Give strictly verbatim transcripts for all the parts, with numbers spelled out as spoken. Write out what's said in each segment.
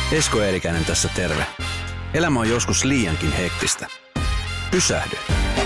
Esko Eerikäinen tässä terve. Elämä on joskus liiankin hektistä. Pysähdy.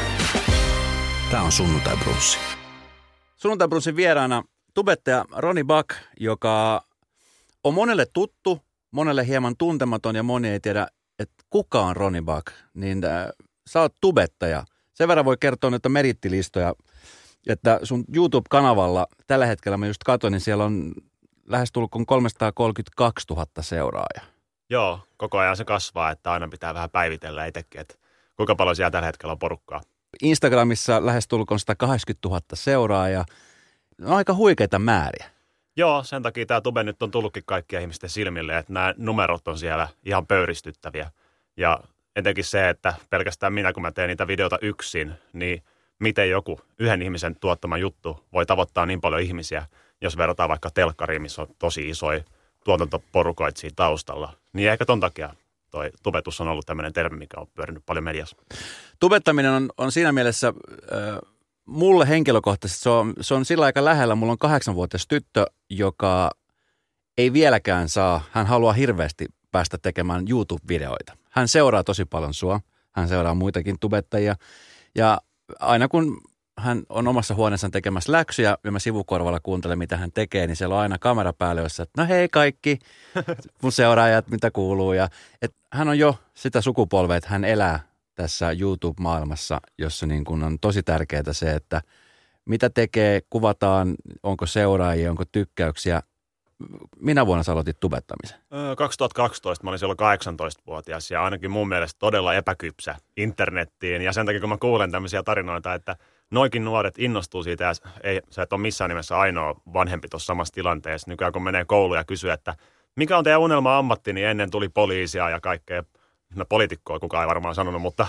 Tämä on Sunnuntai Brunssi. Sunnuntai Brunssin vieraana tubettaja Ronny Buck, joka on monelle tuttu, monelle hieman tuntematon ja moni ei tiedä, että kuka on Ronny Buck. Niin äh, sä oot tubettaja. Sen verran voi kertoa noita merittilistoja, että sun YouTube-kanavalla tällä hetkellä mä just katsoin, niin siellä on lähestulkoon kolmesataakolmekymmentäkaksituhatta seuraajaa. Joo, koko ajan se kasvaa, että aina pitää vähän päivitellä itsekin, että kuinka paljon siellä tällä hetkellä on porukkaa. Instagramissa lähestulkoon sata kahdeksankymmentätuhatta seuraajaa. No aika huikeita määriä. Joo, sen takia tämä tube nyt on tullutkin kaikkien ihmisten silmille, että nämä numerot on siellä ihan pöyristyttäviä. Ja etenkin se, että pelkästään minä, kun mä teen niitä videoita yksin, niin miten joku yhden ihmisen tuottama juttu voi tavoittaa niin paljon ihmisiä, jos verrataan vaikka telkkariin, missä on tosi isoja tuotantoporukoita siinä taustalla. Niin ehkä ton takia toi tubetus on ollut tämmöinen termi, mikä on pyörinyt paljon mediassa. Tubettaminen on, on siinä mielessä äh, mulle henkilökohtaisesti, se on, se on sillä aika lähellä. Mulla on kahdeksanvuotias tyttö, joka ei vieläkään saa, hän haluaa hirveästi päästä tekemään YouTube-videoita. Hän seuraa tosi paljon sua, hän seuraa muitakin tubettajia ja aina kun hän on omassa huoneessaan tekemässä läksyjä ja mä sivukorvalla kuuntelen, mitä hän tekee, niin siellä on aina kamera päällä, jossa, että no hei kaikki mun seuraajat, mitä kuuluu. Ja, et hän on jo sitä sukupolvea, että hän elää tässä YouTube-maailmassa, jossa niin kun on tosi tärkeää se, että mitä tekee, kuvataan, onko seuraajia, onko tykkäyksiä. Minä vuonna sä aloitit tubettamisen? kaksituhattakaksitoista mä olin silloin kahdeksantoistavuotias ja ainakin mun mielestä todella epäkypsä internettiin. Ja sen takia, kun mä kuulen tämmöisiä tarinoita, että noikin nuoret innostuu siitä ja ei, sä et ole missään nimessä ainoa vanhempi tuossa samassa tilanteessa. Nykyään kun menee kouluun ja kysyy, että mikä on teidän unelma-ammatti, niin ennen tuli poliisia ja kaikkea. No poliitikkoa kukaan ei varmaan sanonut, mutta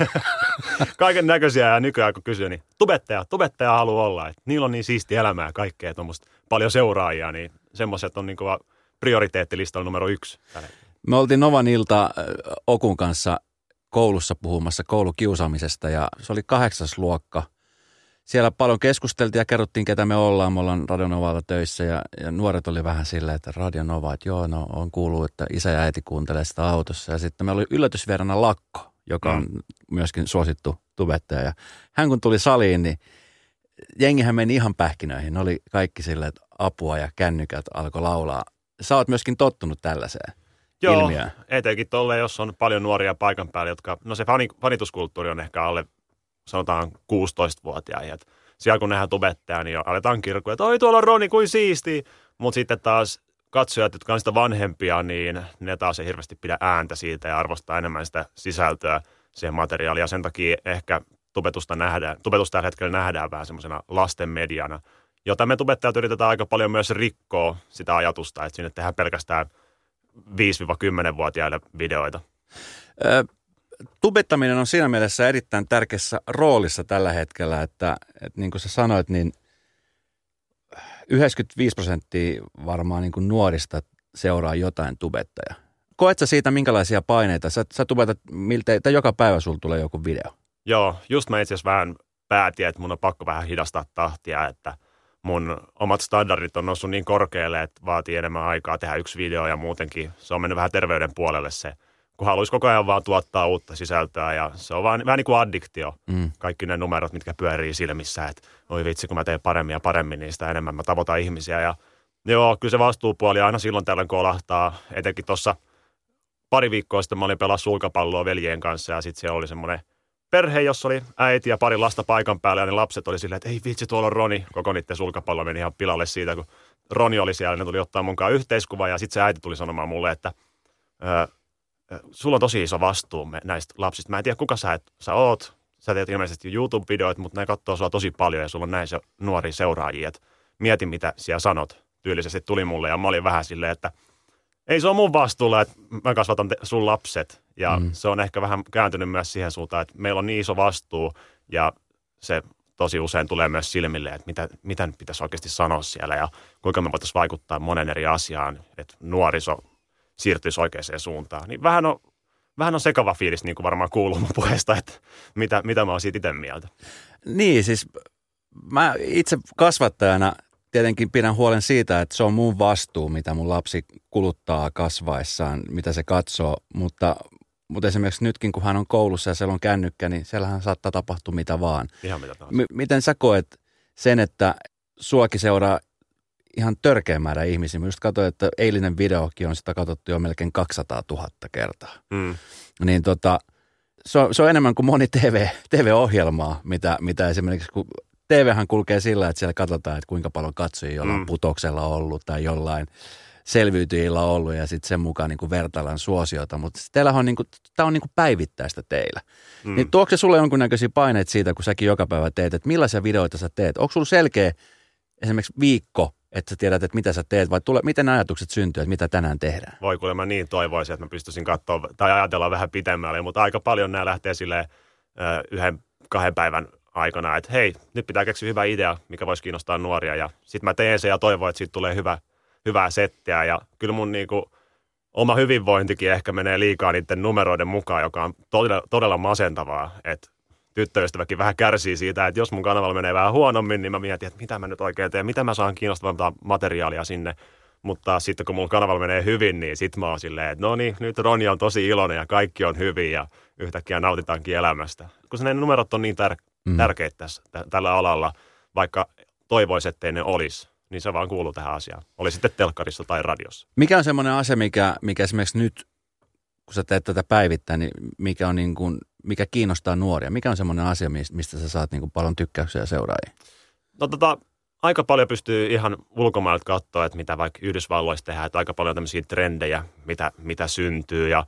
kaiken näköisiä ja nykyään kun kysyy, niin tubettaja, tubettaja haluaa olla. Että niillä on niin siistiä elämää ja kaikkea, tuommoista paljon seuraajia, niin semmoiset on niin kuin prioriteettilistalla numero yksi. Me oltiin Novan ilta Okun kanssa koulussa puhumassa koulukiusaamisesta ja se oli kahdeksas luokka. Siellä paljon keskusteltiin ja kerrottiin, ketä me ollaan. Me ollaan Radio Novalla töissä ja, ja nuoret oli vähän silleen, että Radio Nova, että joo, no on kuullut, että isä ja äiti kuuntelee sitä autossa. Ja sitten meillä oli yllätysvierana Lakko, joka on mm. myöskin suosittu tubettaja. Ja hän kun tuli saliin, niin jengihän meni ihan pähkinöihin. Ne oli kaikki silleen, että apua ja kännykät alkoi laulaa. Sä oot myöskin tottunut tällaiseen joo, ilmiöön. Joo, etenkin tolleen, jos on paljon nuoria paikan päällä, jotka, no se fanituskulttuuri on ehkä alle sanotaan kuusitoistavuotiaia. Siellä kun nähdään tubettajaa, niin jo aletaan kirkua, että oi tuolla on Roni, kuin siistiä. Mutta sitten taas katsojat, jotka on sitä vanhempia, niin ne taas ei hirveästi pidä ääntä siitä ja arvostaa enemmän sitä sisältöä siihen materiaaliin. Ja sen takia ehkä tubetusta nähdään, tubetusta tällä hetkellä nähdään vähän semmoisena lasten mediana, jota me tubettajat yritetään aika paljon myös rikkoa sitä ajatusta, että sinne tehdään pelkästään viisi-kymmenen-vuotiaille videoita. Ö- Tubettaminen on siinä mielessä erittäin tärkeässä roolissa tällä hetkellä, että, että niin kuin sä sanoit, niin yhdeksänkymmentäviisi prosenttia varmaan niin kuin nuorista seuraa jotain tubettajaa. Koet sä siitä minkälaisia paineita? Sä, sä tubetat miltei, tai joka päivä sulla tulee joku video. Joo, just mä itse asiassa vähän päätin, että mun on pakko vähän hidastaa tahtia, että mun omat standardit on noussut niin korkealle, että vaatii enemmän aikaa tehdä yksi video ja muutenkin se on mennyt vähän terveyden puolelle se, kun haluaisi koko ajan vaan tuottaa uutta sisältöä ja se on vaan, vähän niin kuin addiktio. Mm. Kaikki ne numerot, mitkä pyörii silmissä, että oi vitsi, kun mä teen paremmin ja paremmin, niin sitä enemmän mä tavoitan ihmisiä. Ja joo, kyllä se vastuupuoli aina silloin tällöin kolahtaa. Etenkin tuossa pari viikkoa sitten mä olin pelaa sulkapalloa veljen kanssa ja sitten siellä oli semmoinen perhe, jossa oli äiti ja pari lasta paikan päällä ja ne lapset oli silleen, että ei vitsi, tuolla on Roni. Koko niiden sulkapallo meni ihan pilalle siitä, kun Roni oli siellä. Ne tuli ottaa munkaan yhteiskuva ja sitten se äiti tuli sanomaan mulle, että Öö, sulla on tosi iso vastuu näistä lapsista. Mä en tiedä, kuka sä, et, sä oot. Sä teet ilmeisesti YouTube-videoita, mutta ne katsoo sua tosi paljon ja sulla on näin se nuoria seuraajia. Et mieti, mitä siellä sanot. Tyylisesti tuli mulle ja mä olin vähän silleen, että ei se ole mun vastuulla, että mä kasvatan te, sun lapset. Ja mm. se on ehkä vähän kääntynyt myös siihen suuntaan, että meillä on niin iso vastuu ja se tosi usein tulee myös silmille, että mitä, mitä pitäisi oikeasti sanoa siellä ja kuinka me voitaisiin vaikuttaa monen eri asiaan, että nuoriso siirtyisi oikeaan suuntaan. Niin vähän on, vähän on sekava fiilis, niin kuin varmaan kuuluu mun puheesta, että mitä, mitä mä oon siitä itse mieltä. Niin, siis mä itse kasvattajana tietenkin pidän huolen siitä, että se on mun vastuu, mitä mun lapsi kuluttaa kasvaessaan, mitä se katsoo, mutta, mutta esimerkiksi nytkin, kun hän on koulussa ja siellä on kännykkä, niin siellähän saattaa tapahtua mitä vaan. Ihan mitä tahansa. M- miten sä koet sen, että suakin seuraa ihan törkeä määrä ihmisiä? Mä just katsoin, että eilinen videokin on sitä katsottu jo melkein kaksisataatuhatta kertaa. Mm. Niin tota, se on, se on enemmän kuin moni T V, T V-ohjelmaa, mitä, mitä esimerkiksi, kun T V:hän kulkee sillä, että siellä katsotaan, että kuinka paljon katsojia jollain mm. putoksella on ollut tai jollain selviytyjillä on ollut ja sitten sen mukaan niin kuin vertaillaan suosiota. Mutta teillähän on, niin kuin, tämä on niin kuin päivittäistä teillä. Mm. Niin tuokse sulle jonkunnäköisiä paineita siitä, kun säkin joka päivä teet, että millaisia videoita sä teet? Onko sulla selkeä esimerkiksi viikko, että sä tiedät, että mitä sä teet vai tule, miten ajatukset syntyy, että mitä tänään tehdään? Voi kuule, mä niin toivoisin, että mä pystyisin katsoa tai ajatella vähän pitemmälle, mutta aika paljon nämä lähtee silleen yhden, kahden päivän aikana, että hei, nyt pitää keksiä hyvä idea, mikä voisi kiinnostaa nuoria ja sitten mä teen sen ja toivon, että siitä tulee hyvä, hyvää settiä ja kyllä mun niinku oma hyvinvointikin ehkä menee liikaa niiden numeroiden mukaan, joka on todella, todella masentavaa, että tyttöystäväkin vähän kärsii siitä, että jos mun kanavalla menee vähän huonommin, niin mä mietin, että mitä mä nyt oikein teen, mitä mä saan kiinnostavaa materiaalia sinne. Mutta sitten kun mun kanavalla menee hyvin, niin sit mä oon silleen, että no niin, nyt Roni on tosi iloinen ja kaikki on hyvin ja yhtäkkiä nautitaankin elämästä. Kun ne numerot on niin tär- mm. tärkeitä tässä, t- tällä alalla, vaikka toivoisi, ettei ne olisi, niin se vaan kuuluu tähän asiaan. Oli sitten telkkarissa tai radiossa. Mikä on semmoinen asia, mikä, mikä esimerkiksi nyt, kun sä teet tätä päivittäin, niin mikä on niin kuin, mikä kiinnostaa nuoria? Mikä on semmoinen asia, mistä sä saat niin kuin paljon tykkäyksiä ja seuraajia? No tota, aika paljon pystyy ihan ulkomailta katsoa, että mitä vaikka Yhdysvalloissa tehdään, että aika paljon tämmöisiä trendejä, mitä, mitä syntyy ja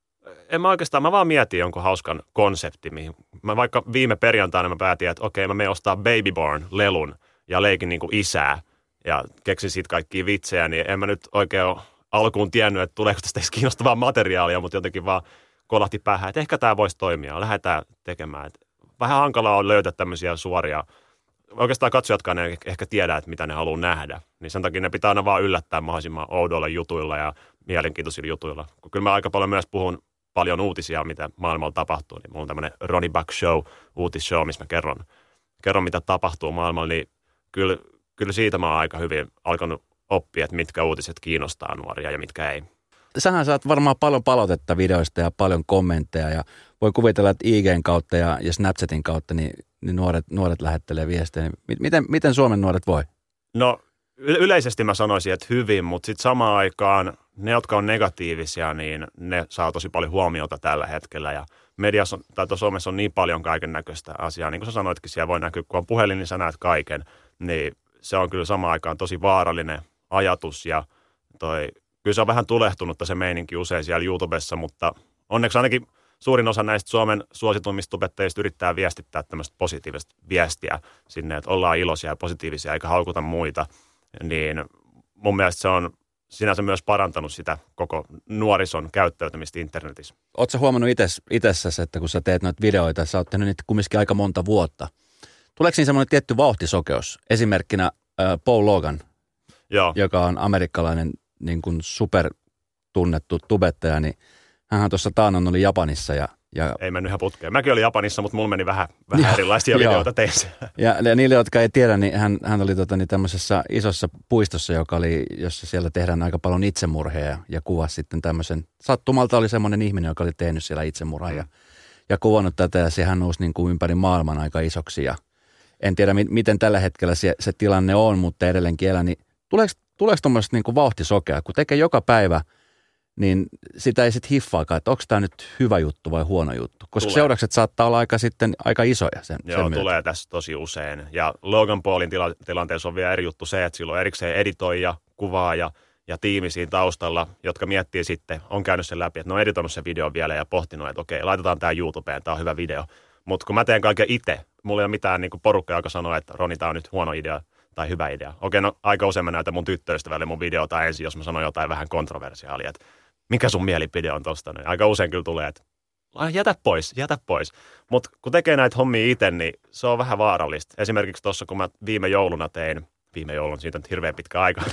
en mä oikeastaan, mä vaan mietin jonkun hauskan konseptin, mihin mä vaikka viime perjantaina mä päätin, että okei, mä menen ostaa Babyborn-lelun ja leikin niin kuin isää ja keksin siitä kaikkia vitsejä, niin en mä nyt oikein ole alkuun tiennyt, että tuleeko tästä edes kiinnostavaa materiaalia, mutta jotenkin vaan kolahti päähän, että ehkä tämä voisi toimia, lähdetään tekemään. Että vähän hankalaa on löytää tämmöisiä suoria, oikeastaan katsojatkaan ei ehkä tiedä, että mitä ne haluaa nähdä, niin sen takia ne pitää aina vaan yllättää mahdollisimman oudoilla jutuilla ja mielenkiintoisilla jutuilla. Kun kyllä mä aika paljon myös puhun paljon uutisia, mitä maailmalla tapahtuu, niin mulla on tämmöinen Ronnie Buck Show, uutisshow, missä mä kerron, kerron mitä tapahtuu maailmalla, niin kyllä, kyllä siitä mä oon aika hyvin alkanut oppia, että mitkä uutiset kiinnostaa nuoria ja mitkä ei. Sähän saat varmaan paljon palautetta videoista ja paljon kommentteja ja voi kuvitella, että I G:n kautta ja, ja Snapchatin kautta niin, niin nuoret, nuoret lähettelee viestejä. Miten, miten Suomen nuoret voi? No yleisesti mä sanoisin, että hyvin, mutta sitten samaan aikaan ne, jotka on negatiivisia, niin ne saa tosi paljon huomiota tällä hetkellä ja mediassa tai tuossa Suomessa on niin paljon kaiken näköistä asiaa. Niin kuin sä sanoitkin, siellä voi näkyä, kun on puhelin, niin sä näet kaiken, niin se on kyllä samaan aikaan tosi vaarallinen ajatus ja toi kyllä se on vähän tulehtunutta se meininki usein siellä YouTubessa, mutta onneksi ainakin suurin osa näistä Suomen suosituimmista tubettajista yrittää viestittää tämmöistä positiivista viestiä sinne, että ollaan iloisia ja positiivisia eikä haukuta muita. Niin mun mielestä se on sinänsä myös parantanut sitä koko nuorison käyttäytymistä internetissä. Ootko sä huomannut itsessäsi, että kun sä teet noita videoita, sä oot tehnyt niitä kumminkin aika monta vuotta. Tuleeko siinä semmoinen tietty vauhtisokeus? Esimerkkinä äh, Paul Logan, Joo. joka on amerikkalainen niin kuin supertunnettu tubettaja, niin hänhän tuossa taannon oli Japanissa. Ja, ja ei mennyt ihan putkeen. Mäkin olin Japanissa, mutta mulla meni vähän, vähän erilaisia videoita tein siellä. Ja, ja niille, jotka ei tiedä, niin hän, hän oli tota, niin tämmöisessä isossa puistossa, joka oli, jossa siellä tehdään aika paljon itsemurheja ja kuvasi sitten tämmöisen. Sattumalta oli semmoinen ihminen, joka oli tehnyt siellä itsemurhan ja, ja kuvannut tätä ja sehän nousi niin kuin ympäri maailman aika isoksi. Ja en tiedä, mi- miten tällä hetkellä se, se tilanne on, mutta edelleenkin elää, niin tuleeko Tuleeko tuommoista niin kuin vauhtisokea, kun tekee joka päivä, niin sitä ei sitten hiffaakaan, että onko tämä nyt hyvä juttu vai huono juttu. Koska tulee. Seuraukset saattaa olla aika, sitten, aika isoja. Sen, Joo, sen tulee tässä tosi usein. Ja Logan Paulin tila- tilanteessa on vielä eri juttu se, että sillä on erikseen editoija, kuvaaja ja tiimi siinä taustalla, jotka miettii sitten, on käynyt sen läpi, että ne on editoinut sen videon vielä ja pohtinut, että okei, laitetaan tämä YouTubeen, tämä on hyvä video. Mutta kun mä teen kaiken itse, mulla ei ole mitään niin kuin porukkaa, joka sanoo, että Roni, tämä on nyt huono idea. Tai hyvä idea. Okei, no aika usein mä näytän mun tyttöystävälle mun videota ensin, jos mä sanon jotain vähän kontroversiaalia, että mikä sun mielipide on tosta. Niin aika usein kyllä tulee, että jätä pois, jätä pois. Mutta kun tekee näitä hommia itse, niin se on vähän vaarallista. Esimerkiksi tuossa, kun mä viime jouluna tein, viime joulun, siitä on hirveän pitkä aika.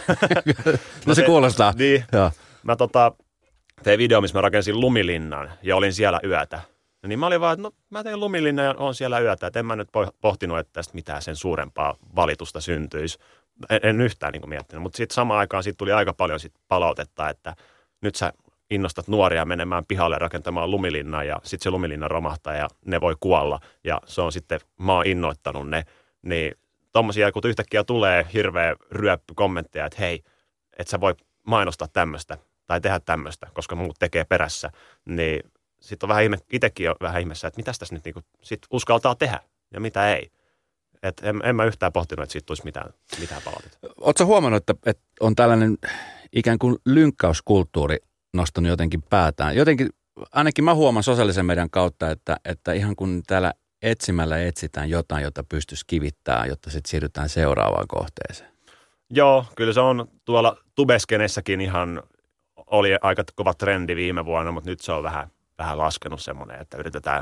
no se kuulostaa. Niin, ja. Mä tota, tein video, missä mä rakensin lumilinnan ja olin siellä yötä. Niin mä olin vaan, että no mä tein lumilinnan ja olen siellä yötä, että en mä nyt pohtinut, että tästä mitään sen suurempaa valitusta syntyisi. En, en yhtään niin kuin miettinyt, mutta sitten samaan aikaan siitä tuli aika paljon sit palautetta, että nyt sä innostat nuoria menemään pihalle rakentamaan lumilinnaa ja sitten se lumilinna romahtaa ja ne voi kuolla ja se on sitten, mä oon innoittanut ne, niin tommosia kun yhtäkkiä tulee hirveä ryöppy kommentteja, että hei, et sä voi mainostaa tämmöistä tai tehdä tämmöistä, koska muut tekee perässä, niin sitten on vähän ihme, itsekin on vähän ihmeessä, että mitä tässä nyt niinku sit uskaltaa tehdä ja mitä ei. Et en, en mä yhtään pohtinut, että siitä tulisi mitään, mitään palautetta. Ootko huomannut, että, että on tällainen ikään kuin lynkkauskulttuuri nostanut jotenkin päätään? Jotenkin, ainakin mä huomaan sosiaalisen median kautta, että, että ihan kun täällä etsimällä etsitään jotain, jota pystyisi kivittämään, jotta sitten siirrytään seuraavaan kohteeseen. Joo, kyllä se on tuolla tubeskenessäkin ihan, oli aika kova trendi viime vuonna, mutta nyt se on vähän, vähän laskenut semmoinen, että yritetään,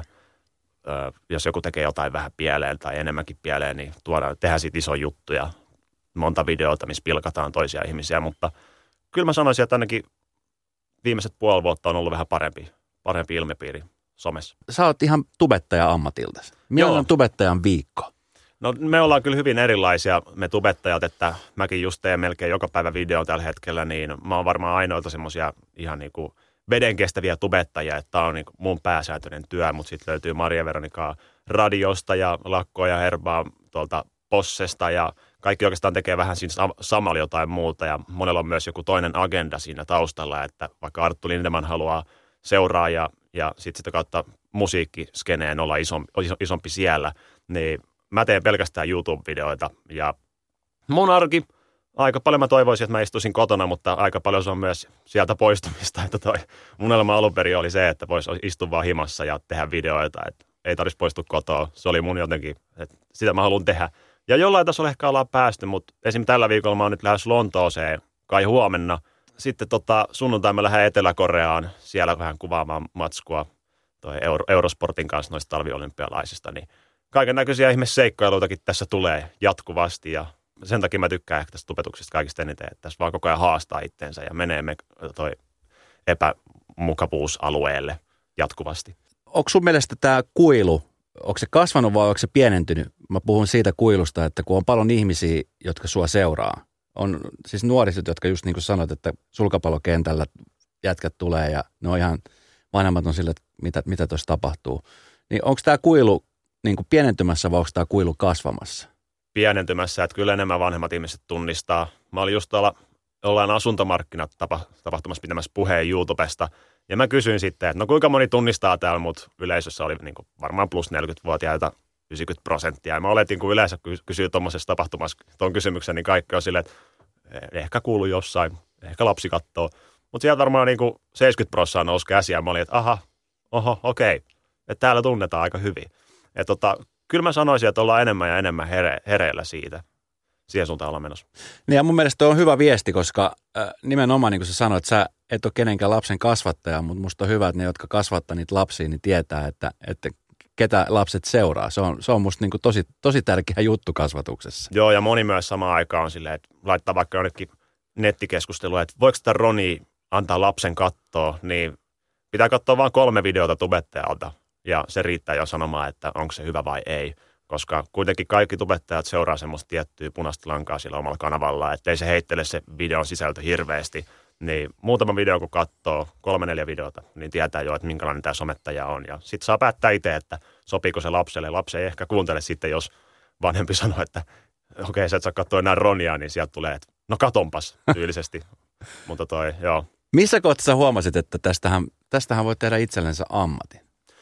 ö, jos joku tekee jotain vähän pieleen tai enemmänkin pieleen, niin tuodaan, tehdään siitä iso juttu ja monta videota, missä pilkataan toisia ihmisiä, mutta kyllä mä sanoisin, että ainakin viimeiset puoli vuotta on ollut vähän parempi, parempi ilmapiiri somessa. Sä oot ihan tubettaja ammatiltasi. Millainen on tubettajan viikko? No me ollaan kyllä hyvin erilaisia, me tubettajat, että mäkin just teen melkein joka päivä video tällä hetkellä, niin mä oon varmaan ainoita semmoisia ihan niin kuin vedenkestäviä tubettajia, että tää on niin kuin mun pääsääntöinen työ, mutta sitten löytyy Maria Veronikaa radiosta ja Lakkoa ja Herbaa tuolta Possesta ja kaikki oikeastaan tekee vähän siinä samalla jotain muuta ja monella on myös joku toinen agenda siinä taustalla, että vaikka Arttu Lindeman haluaa seuraa ja, ja sitten sitä kautta musiikkiskeneen olla isompi, isompi siellä, niin mä teen pelkästään YouTube-videoita ja mun arki, aika paljon mä toivoisin, että mä istuisin kotona, mutta aika paljon se on myös sieltä poistumista, että toi mun elämä alun perin oli se, että vois istua vaan himassa ja tehdä videoita, että ei tarvitsisi poistua kotoa, se oli mun jotenkin, että sitä mä haluan tehdä. Ja jollain tasolla ehkä ollaan päästy, mutta esim. Tällä viikolla mä oon nyt lähes Lontooseen, kai huomenna. Sitten tota, sunnuntai mä lähden Etelä-Koreaan, siellä vähän kuvaamaan matskua toi Euro, Eurosportin kanssa noista talviolympialaisista, niin kaiken näköisiä ihmesseikkailuitakin tässä tulee jatkuvasti ja sen takia mä tykkään ehkä tästä tubetuksesta kaikista eniten, että tässä vaan koko ajan haastaa itteensä ja menee me toi epämukavuusalueelle jatkuvasti. Onko sun mielestä tämä kuilu, onko se kasvanut vai onko se pienentynyt? Mä puhun siitä kuilusta, että kun on paljon ihmisiä, jotka sua seuraa. On siis nuoriset, jotka just niin kuin sanoit, että sulkapallokentällä jätkät tulee ja ne on ihan vanhemmat on sille, että mitä, mitä tuossa tapahtuu. Niin onko tämä kuilu niin kuin pienentymässä vai onko tämä kuilu kasvamassa? Pienentymässä, että kyllä enemmän vanhemmat ihmiset tunnistaa. Mä olin just tuolla, ollaan asuntomarkkinat tapa, tapahtumassa pitämässä puheen YouTubesta. Ja mä kysyin sitten, että no kuinka moni tunnistaa täällä, mutta yleisössä oli niin kuin varmaan plus neljäkymmentävuotiaita yhdeksänkymmentä prosenttia. Ja mä oletin, kun yleensä kysyy tuommoisessa tapahtumassa tuon kysymyksen, niin kaikki on silleen, että ehkä kuuluu jossain, ehkä lapsi kattoo. Mutta sieltä varmaan niin kuin seitsemänkymmentä prosenttia nousi käsiä. Mä olin, että aha, oho, okei, että täällä tunnetaan aika hyvin. Ja tota, kyllä mä sanoisin, että ollaan enemmän ja enemmän here, hereillä siitä. Siihen suuntaan ollaan menossa. Niin ja mun mielestä on hyvä viesti, koska äh, nimenomaan niin kuin sä sanoit, että sä et ole kenenkään lapsen kasvattaja, mutta musta on hyvä, että ne, jotka kasvattaa niitä lapsia, niin tietää, että, että ketä lapset seuraa. Se on, se on musta niin kuin tosi, tosi tärkeä juttu kasvatuksessa. Joo, ja moni myös samaan aikaan on silleen, että laittaa vaikka jonnekin nettikeskustelua, että voiko sitä Roni antaa lapsen katsoa, niin pitää katsoa vain kolme videota tubettajalta. Ja se riittää jo sanomaan, että onko se hyvä vai ei. Koska kuitenkin kaikki tubettajat seuraa semmoista tiettyä punaista lankaa sillä omalla kanavalla, ettei se heittele se videon sisältö hirveästi. Niin muutama video kun katsoo, kolme neljä videota, niin tietää jo, että minkälainen tämä somettaja on. Ja sitten saa päättää itse, että sopiiko se lapselle. Lapsi ei ehkä kuuntele sitten, jos vanhempi sanoo, että okei, okay, sä et saa katsoa enää Ronia, niin sieltä tulee, että no katonpas tyylisesti. Mutta toi, joo. Missä kohtaa sä huomasit, että tästähän, tästähän voi tehdä itsellensä ammatin?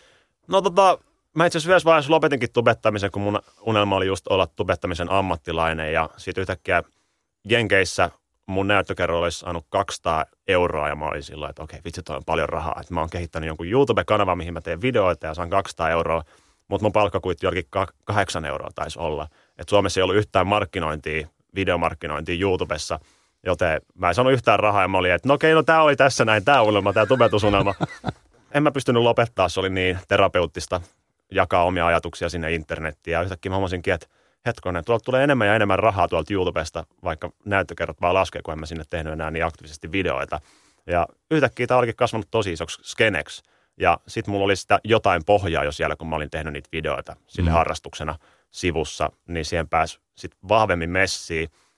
No tota, mä itse asiassa yhdessä vaiheessa lopetinkin tubettamisen, kun mun unelma oli just olla tubettamisen ammattilainen. Ja sitten yhtäkkiä Jenkeissä mun näyttökerro olisi saanut kaksisataa euroa ja mä olin silloin, että okei, vitsi, toi on paljon rahaa. Että mä oon kehittänyt jonkun YouTube-kanavan, mihin mä teen videoita ja saan kaksisataa euroa, mutta mun palkkakuitti jollakin kahdeksan euroa taisi olla. Että Suomessa ei ollut yhtään markkinointia, videomarkkinointia YouTubessa, joten mä en saanut yhtään rahaa ja mä olin, että no okei, no tää oli tässä näin, tää unelma, tää tubetusunelma. En mä pystynyt lopettaa, se oli niin terapeuttista jakaa omia ajatuksia sinne internettiin. Ja yhtäkkiä mä huomasinkin, että hetkonen, tuolta tulee enemmän ja enemmän rahaa tuolta YouTubesta, vaikka näyttökerrot vaan laskee, kun en mä sinne tehnyt enää niin aktiivisesti videoita. Ja yhtäkkiä tämä olikin kasvanut tosi isoksi skeneksi. Ja sit mulla oli sitä jotain pohjaa jo siellä, kun mä olin tehnyt niitä videoita sille mm. harrastuksena sivussa, niin siihen pääsi sit vahvemmin messiin.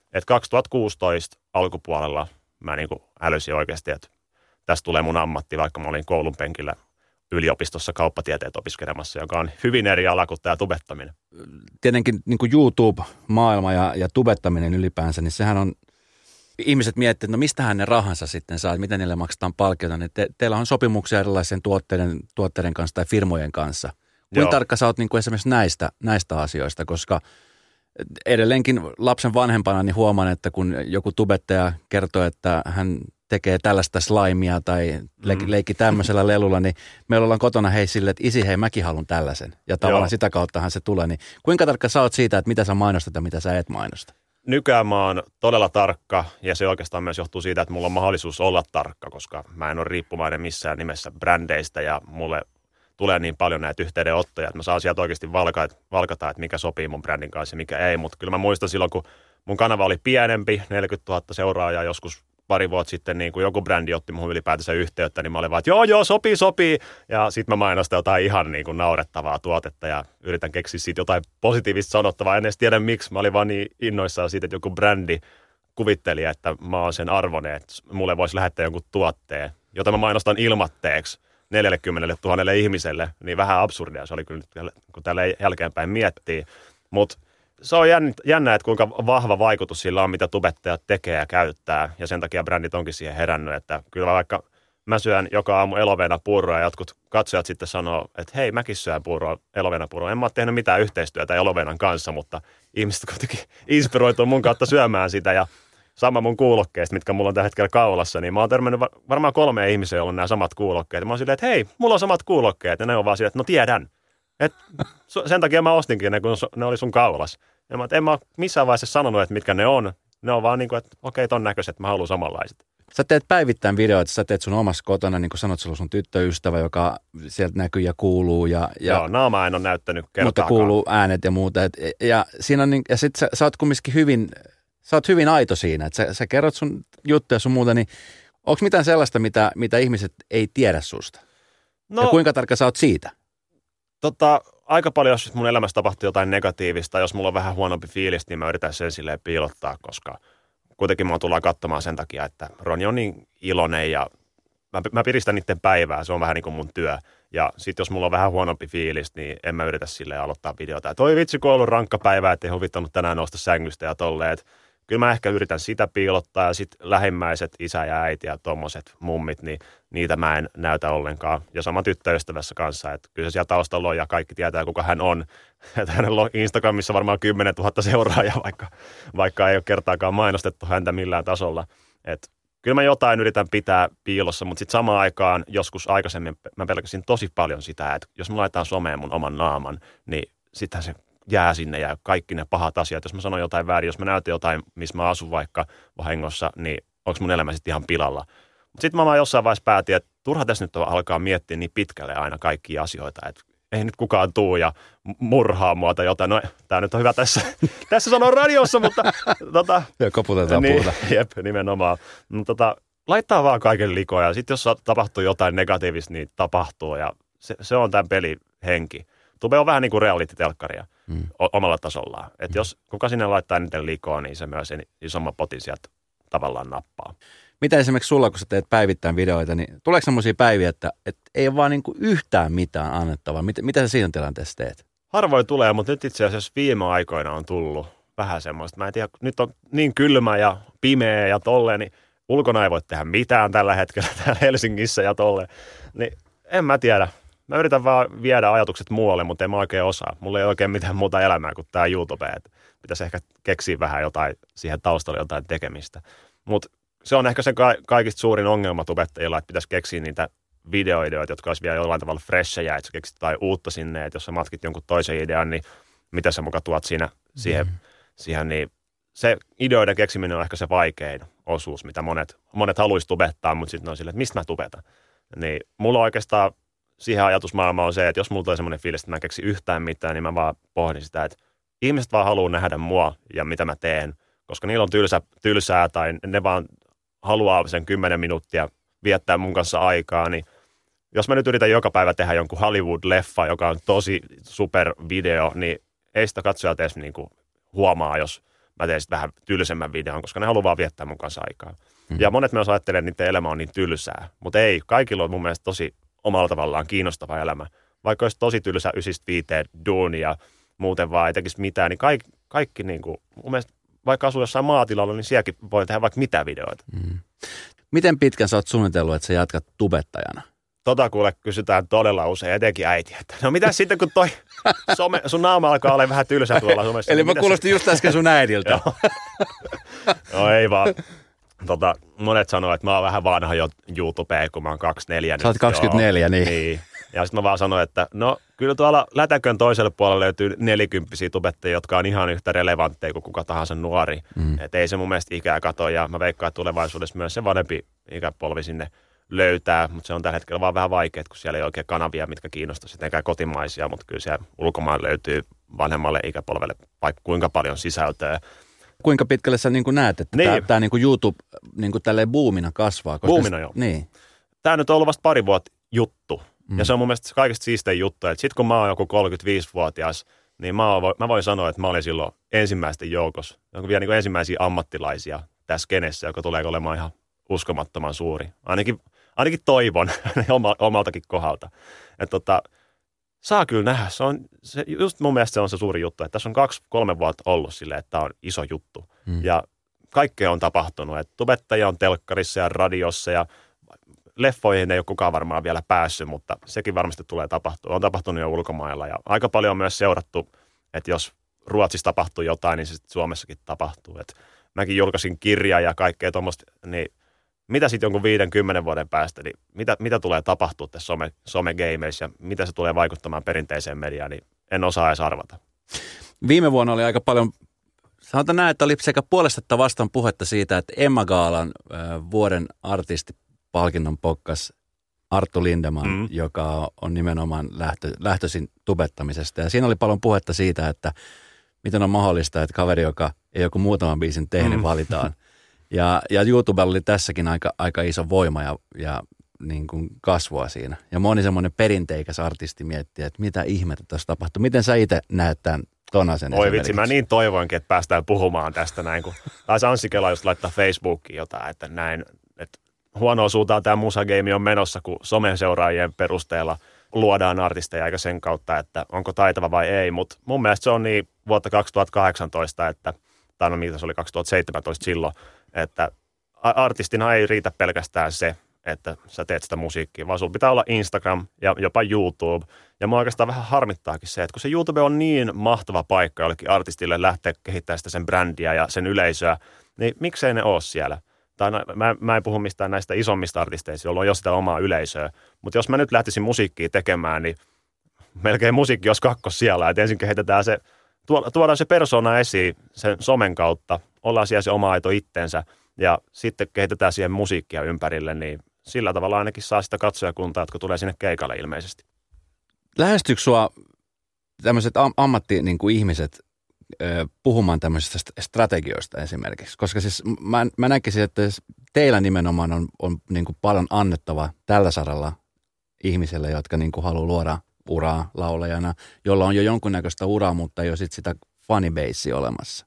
Et kaksituhattakuusitoista alkupuolella mä niin kuin älysin oikeasti, että tästä tulee mun ammatti, vaikka mä olin koulun penkillä yliopistossa kauppatieteet opiskelemassa, joka on hyvin eri ala kuin tämä tubettaminen. Tietenkin niin kuin YouTube-maailma ja, ja tubettaminen ylipäänsä, niin sehän on, ihmiset miettivät, että no mistähän ne rahansa sitten saa, miten niille maksetaan palkkiota. Niin te, teillä on sopimuksia erilaisen tuotteiden, tuotteiden kanssa tai firmojen kanssa. Kuinka tarkka sä oot niin kuin esimerkiksi näistä, näistä asioista, koska edelleenkin lapsen vanhempana niin huomaan, että kun joku tubettaja kertoo, että hän tekee tällaista slaimia tai le- leikki tämmöisellä lelulla, niin meillä ollaan kotona hei sille, että isi hei mäkin haluan tällaisen. Ja tavallaan Joo. sitä kauttahan se tulee. Niin kuinka tarkka sä oot siitä, että mitä sä mainostat ja mitä sä et mainosta? Nykyään mä oon todella tarkka ja se oikeastaan myös johtuu siitä, että mulla on mahdollisuus olla tarkka, koska mä en ole riippuvainen missään nimessä brändeistä ja mulle tulee niin paljon näitä yhteydenottoja, että mä saan sieltä oikeasti valkata, valkata, että mikä sopii mun brändin kanssa ja mikä ei. Mutta kyllä mä muistan silloin, kun mun kanava oli pienempi, neljäkymmentätuhatta seuraajaa joskus pari vuotta sitten, niin kun joku brändi otti muhun ylipäätänsä yhteyttä, niin mä olin vaan, että joo, joo, sopii, sopii. Ja sitten mä mainostan jotain ihan niin kuin naurettavaa tuotetta ja yritän keksiä siitä jotain positiivista sanottavaa. En edes tiedä miksi. Mä olin vaan niin innoissaan siitä, että joku brändi kuvitteli, että mä oon sen arvoinen, että mulle voisi lähettää jonkun tuotteen, jota mä mainostan ilmatteeksi neljäkymmentätuhatta ihmiselle. Niin vähän absurdia se oli kyllä, kun tällä jälkeenpäin miettii. Mutta se on jännä, että kuinka vahva vaikutus sillä on, mitä tubettajat tekee ja käyttää. Ja sen takia brändit onkin siihen herännyt, että kyllä vaikka mä syön joka aamu elovena-puuroa ja jotkut katsojat sitten sanoo, että hei, mäkin syön puuroa, elovena-puuroa. En mä ole tehnyt mitään yhteistyötä elovenan kanssa, mutta ihmiset kuitenkin inspiroituu mun kautta syömään sitä. Ja sama mun kuulokkeista, mitkä mulla on tällä hetkellä kaulassa, niin mä oon törmännyt varmaan kolme ihmisiä, joilla on nämä samat kuulokkeet. Ja mä oon silleen, että hei, mulla on samat kuulokkeet. Ja ne on vaan silleen, että no tiedän. Et sen takia mä ostinkin ne, kun ne oli sun kaulas. Ja mä, en mä ole missään vaiheessa sanonut, että mitkä ne on. Ne on vaan niin kuin, että okei, ton näköiset, mä haluan samanlaiset. Sä teet päivittäin videoita, sä teet sun omassa kotona, niin kuin sanot, sulla on sun tyttöystävä, joka sieltä näkyy ja kuuluu. Ja, ja Joo, naama en ole näyttänyt kertaakaan. Mutta kuuluu äänet ja muuta. Et, ja siinä on niin, ja sit sä, sä oot kumminkin hyvin, sä oot hyvin aito siinä, että sä, sä kerrot sun juttuja sun muuta, niin onko mitään sellaista, mitä, mitä ihmiset ei tiedä susta? No, ja kuinka tarkka sä oot siitä? Tota, aika paljon, jos mun elämässä tapahtuu jotain negatiivista, jos mulla on vähän huonompi fiilis, niin mä yritän sen silleen piilottaa, koska kuitenkin mua tullaan katsomaan sen takia, että Roni on niin iloinen ja mä, mä piristän niiden päivää, se on vähän niin kuin mun työ. Ja sit jos mulla on vähän huonompi fiilis, niin en mä yritä silleen aloittaa videota. Toi vitsi, kun on ollut rankka päivä, ettei huvittanut tänään nousta sängystä ja tolleen. Kyllä mä ehkä yritän sitä piilottaa ja sitten lähimmäiset, isä ja äiti ja tommoset mummit, niin niitä mä en näytä ollenkaan. Ja sama tyttöystävässä kanssa, että kyllä se siellä taustalla on ja kaikki tietää, kuka hän on. Että hänellä on Instagramissa varmaan kymmenen tuhatta seuraajaa, vaikka, vaikka ei ole kertaakaan mainostettu häntä millään tasolla. Et kyllä mä jotain yritän pitää piilossa, mutta sitten samaan aikaan joskus aikaisemmin mä pelkäsin tosi paljon sitä, että jos mä laitan someen mun oman naaman, niin sittenhän se jää sinne ja kaikki ne pahat asiat. Jos mä sanon jotain väärin, jos mä näytän jotain, missä mä asun vaikka vahingossa, niin onko mun elämä sitten ihan pilalla. Mutta sitten mä vaan jossain vaiheessa päätin, että turha tässä nyt alkaa miettiä niin pitkälle aina kaikkia asioita, että ei nyt kukaan tuu ja murhaa mua tai jotain. No, tää nyt on hyvä tässä, tässä sanoa radiossa, mutta tota, ja koputetaan niin, puuta. Jep, nimenomaan. No, tota, laittaa vaan kaiken likoon ja sitten jos tapahtuu jotain negatiivista, niin tapahtuu ja se, se on tämän pelin henki. Tube on vähän niin kuin reality-telkkaria mm. omalla tasollaan. Että mm. jos kuka sinne laittaa niiden likoon, niin se myös isomman potin sieltä tavallaan nappaa. Mitä esimerkiksi sulla, kun sä teet päivittäin videoita, niin tuleeko semmoisia päiviä, että, että ei ole vaan niin kuin yhtään mitään annettavaa? Mitä, mitä sä siinä tilanteessa teet? Harvoin tulee, mutta nyt itse asiassa viime aikoina on tullut vähän semmoista. Mä en tiedä, nyt on niin kylmä ja pimeä ja tolleen, niin ulkona ei voi tehdä mitään tällä hetkellä täällä Helsingissä ja tolleen. Niin en mä tiedä. Mä yritän vaan viedä ajatukset muualle, mutta en mä oikein osaa. Mulla ei oikein mitään muuta elämää kuin tää YouTube. Et pitäisi ehkä keksiä vähän jotain siihen taustalle jotain tekemistä. Mutta se on ehkä se ka- kaikista suurin ongelma tubettajilla, että pitäisi keksiä niitä videoideoita, jotka olisi vielä jollain tavalla freshejä, että sä keksit jotain uutta sinne, että jos sä matkit jonkun toisen idean, niin mitä sä muka tuot siinä, siihen, mm. siihen, niin se ideoiden keksiminen on ehkä se vaikein osuus, mitä monet, monet haluaisi tubettaa, mutta sitten on silleen, että mistä mä tubetan. Niin mulla oikeastaan siihen ajatusmaailma on se, että jos mulla tulee semmoinen fiilis, että mä en keksi yhtään mitään, niin mä vaan pohdin sitä, että ihmiset vaan haluaa nähdä mua ja mitä mä teen, koska niillä on tylsä, tylsää tai ne vaan haluaa sen kymmenen minuuttia viettää mun kanssa aikaa, niin jos mä nyt yritän joka päivä tehdä jonkun Hollywood-leffa, joka on tosi super video, niin ei sitä katsojat edes niin kuin huomaa, jos mä teen sitten vähän tylsemmän videon, koska ne haluaa vaan viettää mun kanssa aikaa. Mm. Ja monet myös ajattelee, että niiden elämä on niin tylsää, mutta ei, kaikilla on mun mielestä tosi omalla tavallaan kiinnostava elämä. Vaikka olisi tosi tylsä ysistä viiteen duuni ja muuten vaan ei tekisi mitään, niin kaikki, kaikki niin kuin, mun mielestä vaikka asuu jossain maatilalla, niin sielläkin voi tehdä vaikka mitä videoita. Mm. Miten pitkän sä oot suunnitellut, että sä jatkat tubettajana? Tota kuule kysytään todella usein, etenkin äiti, että no mitä sitten kun toi some, sun naama alkaa olla vähän tylsä tuolla somessa. Eli niin mä kuulostin just äsken sun äidiltä. No ei vaan. Tota, monet sanoo, että mä oon vähän vanha jo YouTubeen, kun mä oon kaksikymmentäneljä. Sä oot kaksikymmentäneljä, niin. niin. Ja sitten mä vaan sanoin, että no kyllä tuolla lätäkön toiselle puolelle löytyy nelikymppisiä tubettajia, jotka on ihan yhtä relevantteja kuin kuka tahansa nuori. Mm. Että ei se mun mielestä ikää kato, ja mä veikkaan, että tulevaisuudessa myös se vanhempi ikäpolvi sinne löytää, mutta se on tällä hetkellä vaan vähän vaikeaa, kun siellä ei oikein kanavia, mitkä kiinnostaa sittenkään kotimaisia, mutta kyllä siellä ulkomaan löytyy vanhemmalle ikäpolvelle vaikka kuinka paljon sisältöä. Kuinka pitkälle sä niin kuin näet, että niin. tämä niin kuin YouTube niin kuin tälleen boomina kasvaa? Koska boomina sit, joo. Niin. Tämä nyt on ollut vasta pari vuotta juttu. Mm. Ja se on mun mielestä kaikista siistein juttu, että sit kun mä oon joku kolmekymmentäviisivuotias, niin mä, oon, mä voin sanoa, että mä olin silloin ensimmäisten joukossa, vielä niin kuin ensimmäisiä ammattilaisia tässä skenessä, joka tulee olemaan ihan uskomattoman suuri. Ainakin, ainakin toivon omaltakin kohdalta. Että tota, saa kyllä nähdä. Se on, se, just mun mielestä se on se suuri juttu, että tässä on kaksi, kolme vuotta ollut silleen, että tämä on iso juttu. Mm. Ja kaikkea on tapahtunut. Että tubettajia on telkkarissa ja radiossa ja leffoihin ei ole kukaan varmaan vielä päässyt, mutta sekin varmasti tulee tapahtua. On tapahtunut jo ulkomailla ja aika paljon on myös seurattu, että jos Ruotsissa tapahtuu jotain, niin se sitten Suomessakin tapahtuu. Et mäkin julkaisin kirjaa ja kaikkea tuommoista, niin mitä sitten jonkun viiden, kymmenen vuoden päästä, niin mitä, mitä tulee tapahtua tässä some, some-gameissa ja mitä se tulee vaikuttamaan perinteiseen mediaan, niin en osaa edes arvata. Viime vuonna oli aika paljon, sanotaan näin, että oli sekä puolesta että vastaan puhetta siitä, että Emma Gaalan äh, vuoden artistipalkinnon pokkas Arttu Lindeman, mm. joka on nimenomaan lähtö, lähtöisin tubettamisesta. Ja siinä oli paljon puhetta siitä, että miten on mahdollista, että kaveri, joka ei joku muutaman biisin tehnyt, mm. valitaan. Ja, ja YouTubella oli tässäkin aika, aika iso voima ja, ja niin kuin kasvua siinä. Ja moni semmoinen perinteikäs artisti miettii, että mitä ihmettä tässä tapahtuu. Miten sä itse näet tämän Tonasen? Oi vitsi, mä niin toivoinkin, että päästään puhumaan tästä näin. Kun taisi Anssi Kela just laittaa Facebookiin jotain, että näin, että huonoa suuntaan tämä musageimi on menossa, kun someseuraajien perusteella luodaan artisteja eikä sen kautta, että onko taitava vai ei. Mutta mun mielestä se on niin vuotta kaksituhattakahdeksantoista, että, tai no mitä se oli kaksituhattaseitsemäntoista silloin, että artistina ei riitä pelkästään se, että sä teet sitä musiikkia, vaan sulla pitää olla Instagram ja jopa YouTube. Ja mua oikeastaan vähän harmittaakin se, että kun se YouTube on niin mahtava paikka jollekin artistille lähteä kehittämään sitä sen brändiä ja sen yleisöä, niin miksei ne ole siellä? Tai mä, mä en puhu mistään näistä isommista artisteista, joilla on jo sitä omaa yleisöä. Mutta jos mä nyt lähtisin musiikkia tekemään, niin melkein musiikki olisi kakkos siellä. Että ensin kehitetään se, tuodaan se persona esiin sen somen kautta, ollaan siellä se oma aito itsensä ja sitten kehitetään siihen musiikkia ympärille, niin sillä tavalla ainakin saa sitä katsojakuntaa, jotka tulee sinne keikalle ilmeisesti. Lähestyykö sua tämmöiset am- ammatti-ihmiset puhumaan tämmöisistä strategioista esimerkiksi? Koska siis mä, mä näkisin, että teillä nimenomaan on, on niin kuin paljon annettava tällä saralla ihmisille, jotka niin kuin haluaa luoda uraa laulajana, jolla on jo jonkunnäköistä uraa, mutta ei ole sit sitä fanibasea olemassa.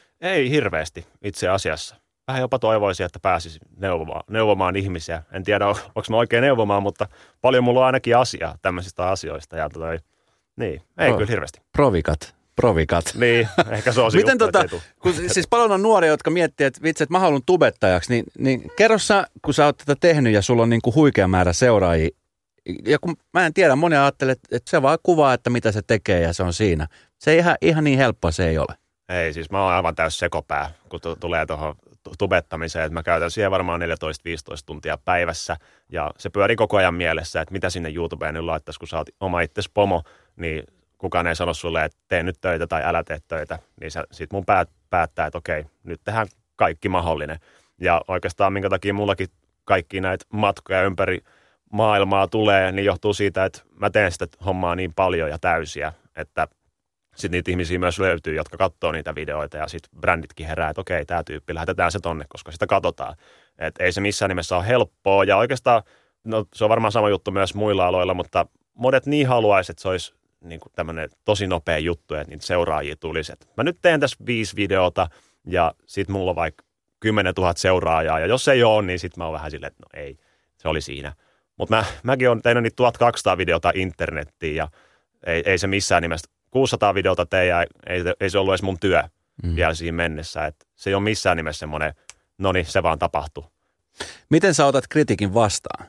Ei hirveästi itse asiassa. Vähän jopa toivoisin, että pääsisi neuvomaan, neuvomaan ihmisiä. En tiedä, onko mä oikein neuvomaan, mutta paljon mulla on ainakin asiaa tämmöisistä asioista. Ja toi, niin, ei Pro, kyllä hirveästi. Provikat. Provikat. Niin, ehkä se on se Miten juttu, tota, kun, siis paljon on nuoria, jotka miettii, että vitsi, että mä haluan tubettajaksi, niin, niin kerro sä, kun sä oot tätä tehnyt ja sulla on niin kuin huikea määrä seuraajia, ja kun mä en tiedä, moni ajattelee, että se vaan kuvaa, että mitä se tekee ja se on siinä. Se ei ihan, ihan niin helppoa se ei ole. Ei, siis mä oon aivan täys sekopää, kun t- tulee tuohon tubettamiseen, että mä käytän siihen varmaan neljätoista viisitoista tuntia päivässä ja se pyörii koko ajan mielessä, että mitä sinne YouTubeen nyt laittaisi, kun sä oot oma itsesi pomo, niin kukaan ei sano sulle, että tee nyt töitä tai älä tee töitä, niin sä, sit mun päät, päättää, että okei, nyt tehdään kaikki mahdollinen. Ja oikeastaan minkä takia mullakin kaikki näitä matkoja ympäri maailmaa tulee, niin johtuu siitä, että mä teen sitä hommaa niin paljon ja täysiä, että sitten niitä ihmisiä myös löytyy, jotka katsoo niitä videoita ja sitten bränditkin herää, että okei, tämä tyyppi, lähetetään se tonne, koska sitä katsotaan. Että ei se missään nimessä ole helppoa ja oikeastaan, no se on varmaan sama juttu myös muilla aloilla, mutta monet niin haluaisi, että se olisi niin kuin tämmöinen tosi nopea juttu, että niitä seuraajia tulisi. Et mä nyt teen tässä viisi videota ja sit mulla on vaikka kymmenen tuhatta seuraajaa, ja jos ei ole, niin sit mä oon vähän silleen, että no ei, se oli siinä. Mutta mä, mäkin oon tehnyt niitä tuhatkaksisataa videota internettiin, ja ei, ei se missään nimessä, kuusisataa videota tein, ja ei, ei se ollut edes mun työ mm. vielä siinä mennessä, että se ei ole missään nimessä semmoinen, no niin, se vaan tapahtuu. Miten sä otat kritiikin vastaan?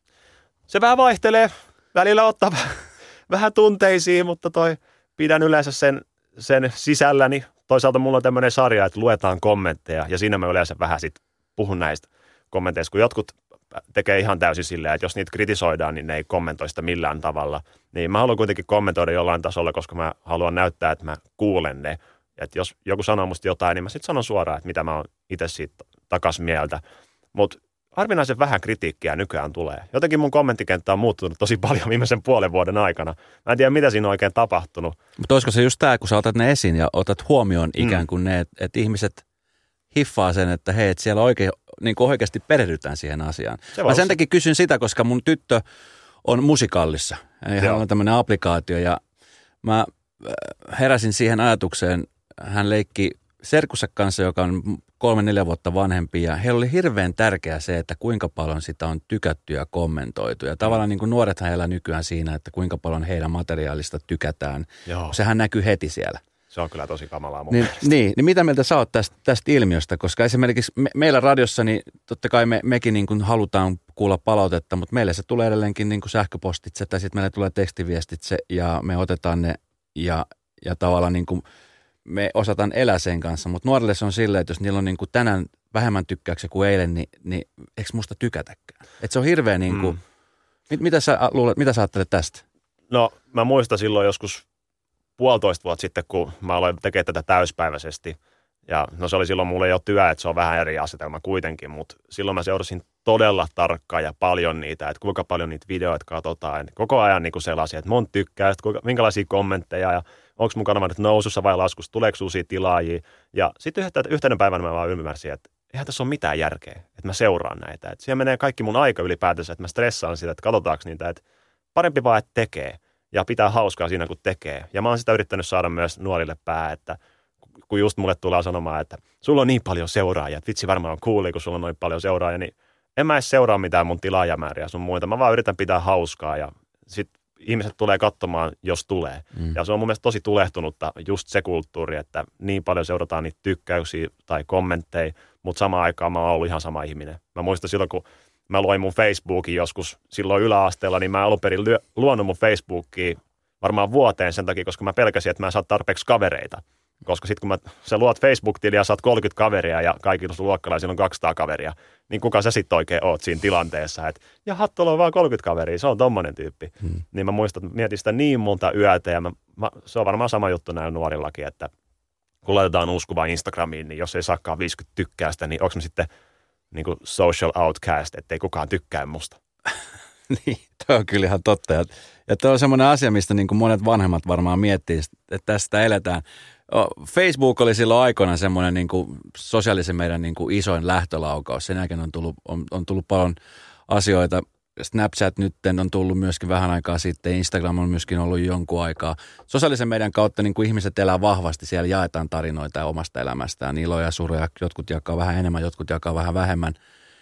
Se vähän vaihtelee, välillä ottaa vähän tunteisiin, mutta toi pidän yleensä sen, sen sisälläni. Toisaalta mulla on tämmöinen sarja, että luetaan kommentteja, ja siinä mä yleensä vähän sit puhun näistä kommenteista, kun jotkut tekee ihan täysin silleen, että jos niitä kritisoidaan, niin ne ei kommentoi sitä millään tavalla. Niin mä haluan kuitenkin kommentoida jollain tasolla, koska mä haluan näyttää, että mä kuulen ne. Että jos joku sanoo musta jotain, niin mä sitten sanon suoraan, että mitä mä oon itse siitä takas mieltä. Mutta harvinaisen vähän kritiikkiä nykyään tulee. Jotenkin mun kommenttikenttä on muuttunut tosi paljon viimeisen puolen vuoden aikana. Mä en tiedä, mitä siinä on oikein tapahtunut. Mutta olisiko se just tämä, kun sä otat ne esiin ja otat huomioon ikään kuin mm. ne, että et ihmiset hiffaa sen, että hei, et siellä oikein, niin kuin oikeasti perehdytään siihen asiaan. Mä sen takia kysyn sitä, koska mun tyttö on musikallissa. Hän on tämmöinen applikaatio ja mä heräsin siihen ajatukseen, hän leikki serkussa kanssa, joka on kolme, neljä vuotta vanhempi, ja heillä oli hirveän tärkeää se, että kuinka paljon sitä on tykätty ja kommentoitu. Ja tavallaan niin kuin nuorethan elää nykyään siinä, että kuinka paljon heidän materiaalista tykätään. Joo. Sehän näkyy heti siellä. Se on kyllä tosi kamalaa mun niin, niin, niin mitä mieltä sä oot tästä, tästä ilmiöstä? Koska esimerkiksi me, meillä radiossa, niin totta kai me, mekin niin kuin halutaan kuulla palautetta, mutta meille se tulee edelleenkin niin kuin sähköpostitse, tai sitten meille tulee tekstiviestitse, ja me otetaan ne, ja, ja tavallaan niin kuin me osataan elää sen kanssa, mutta nuorille se on silleen, että jos niillä on niin kuin tänään vähemmän tykkäyksiä kuin eilen, niin, niin eikö musta tykätäkään? Että se on hirveä niin kuin, mm. mit, mitä sä luulet, mitä sä ajattelet tästä? No mä muistan silloin joskus puolitoista vuotta sitten, kun mä aloin tekemään tätä täyspäiväisesti, ja no se oli silloin mulle jo työ, että se on vähän eri asetelma kuitenkin, mutta silloin mä seurasin todella tarkkaan ja paljon niitä, että kuinka paljon niitä videoita katsotaan, koko ajan niin kuin sellaisia, että monta tykkää, kuinka, minkälaisia kommentteja, ja onko mun kanava nyt nousussa vai laskussa, tuleeko uusia tilaajia, ja sitten yhtenä päivänä mä vaan ymmärsin, että eihän tässä ole mitään järkeä, että mä seuraan näitä, että siihen menee kaikki mun aika ylipäätänsä, että mä stressaan sitä, että katsotaanko niitä, että parempi vaan, että tekee, ja pitää hauskaa siinä, kun tekee, ja mä oon sitä yrittänyt saada myös nuorille pää, että kun just mulle tulee sanomaan, että sulla on niin paljon seuraajia, että vitsi varmaan on cooli, kun sulla on noin paljon seuraajia, niin en mä edes seuraa mitään mun tilaajamääriä sun muita. Mä vaan yritän pitää hauskaa ja sit ihmiset tulee katsomaan, jos tulee. Mm. Ja se on mun mielestä tosi tulehtunutta just se kulttuuri, että niin paljon seurataan niitä tykkäyksiä tai kommentteja, mutta samaan aikaan mä oon ollut ihan sama ihminen. Mä muistan silloin, kun mä loin mun Facebookin joskus silloin yläasteella, niin mä alun perin luonut mun Facebookia varmaan vuoteen sen takia, koska mä pelkäsin, että mä en saa tarpeeksi kavereita. Koska sitten kun mä, sä luot Facebook-tiliä ja saat kolmekymmentä kaveria ja kaikilla sun luokkalaisilla on kaksisataa kaveria, niin kuka sä sitten oikein oot siinä tilanteessa, että jaha, tuolla on vaan kolmekymmentä kaveria, se on tommonen tyyppi. Hmm. Niin mä muistan, että mietin sitä niin monta yötä ja mä, mä, se on varmaan sama juttu näillä nuorillakin, että kun laitetaan uskuvaa Instagramiin, niin jos ei saakaan viisikymmentä tykkäystä, niin onko mä sitten niin kuin social outcast, ettei kukaan tykkää musta. Niin, toi on kyllä ihan totta. Ja, ja toi on semmoinen asia, mistä niin kuin monet vanhemmat varmaan miettii, että tästä eletään. Facebook oli silloin aikoina semmoinen niin kuin sosiaalisen meidän niin kuin isoin lähtölaukaus. Sen jälkeen on tullut, on, on tullut paljon asioita. Snapchat nyt on tullut myöskin vähän aikaa sitten. Instagram on myöskin ollut jonkun aikaa. Sosiaalisen meidän kautta niin kuin ihmiset elää vahvasti. Siellä jaetaan tarinoita omasta elämästään. Iloja ja suruja. Jotkut jakaa vähän enemmän, jotkut jakaa vähän vähemmän.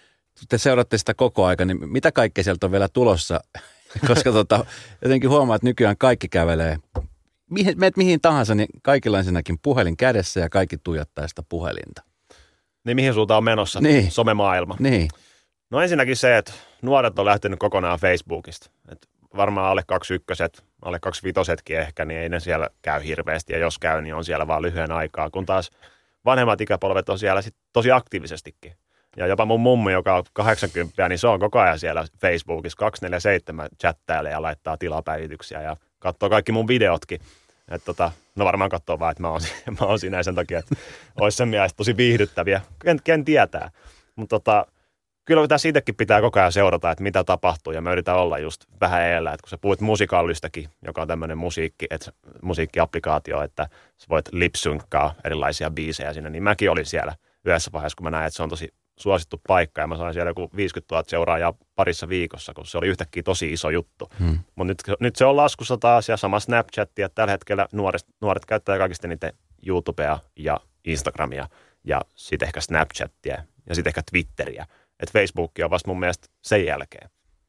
Te seuraatte sitä koko aika, niin mitä kaikkea sieltä on vielä tulossa? Koska tota, jotenkin huomaa, että nykyään kaikki kävelee. Mihin, meet mihin tahansa, niin kaikilla on ensinnäkin puhelin kädessä ja kaikki tuijottaa sitä puhelinta. Niin mihin suuntaan on menossa? Niin. Somemaailma. Niin. No ensinnäkin se, että nuoret on lähtenyt kokonaan Facebookista. Et varmaan alle kaksi ykköset, alle kaksi vitosetkin ehkä, niin ei ne siellä käy hirveästi. Ja jos käy, niin on siellä vaan lyhyen aikaa. Kun taas vanhemmat ikäpolvet on siellä sit tosi aktiivisestikin. Ja jopa mun mummi, joka on kahdeksankymmentä, niin se on koko ajan siellä Facebookissa kaksikymmentäneljä seitsemän chattailee ja laittaa tilapäivityksiä ja katsoo kaikki mun videotkin. Että tota, no varmaan katsoo vaan, että mä oon, mä oon siinä sen takia, että olisi sen mielestä tosi viihdyttäviä. Ken, ken tietää. Mutta tota, kyllä tässä siitäkin pitää koko ajan seurata, että mitä tapahtuu. Ja mä yritän olla just vähän eellä, että kun sä puhuit musikallistakin, joka on tämmöinen musiikki, että, musiikkiapplikaatio, että sä voit lipsynkkaa erilaisia biisejä sinne, niin mäkin olin siellä yhdessä vaiheessa, kun mä näin, että se on tosi suosittu paikka ja mä sain siellä joku viisikymmentätuhatta seuraajaa parissa viikossa, kun se oli yhtäkkiä tosi iso juttu. Hmm. Mutta nyt, nyt se on laskussa taas ja sama Snapchat ja tällä hetkellä nuoret, nuoret käyttää kaikista niitä YouTubea ja Instagramia. ja sitten ehkä Snapchatia ja sitten ehkä Twitteriä. Että Facebook on vasta mun mielestä sen jälkeen.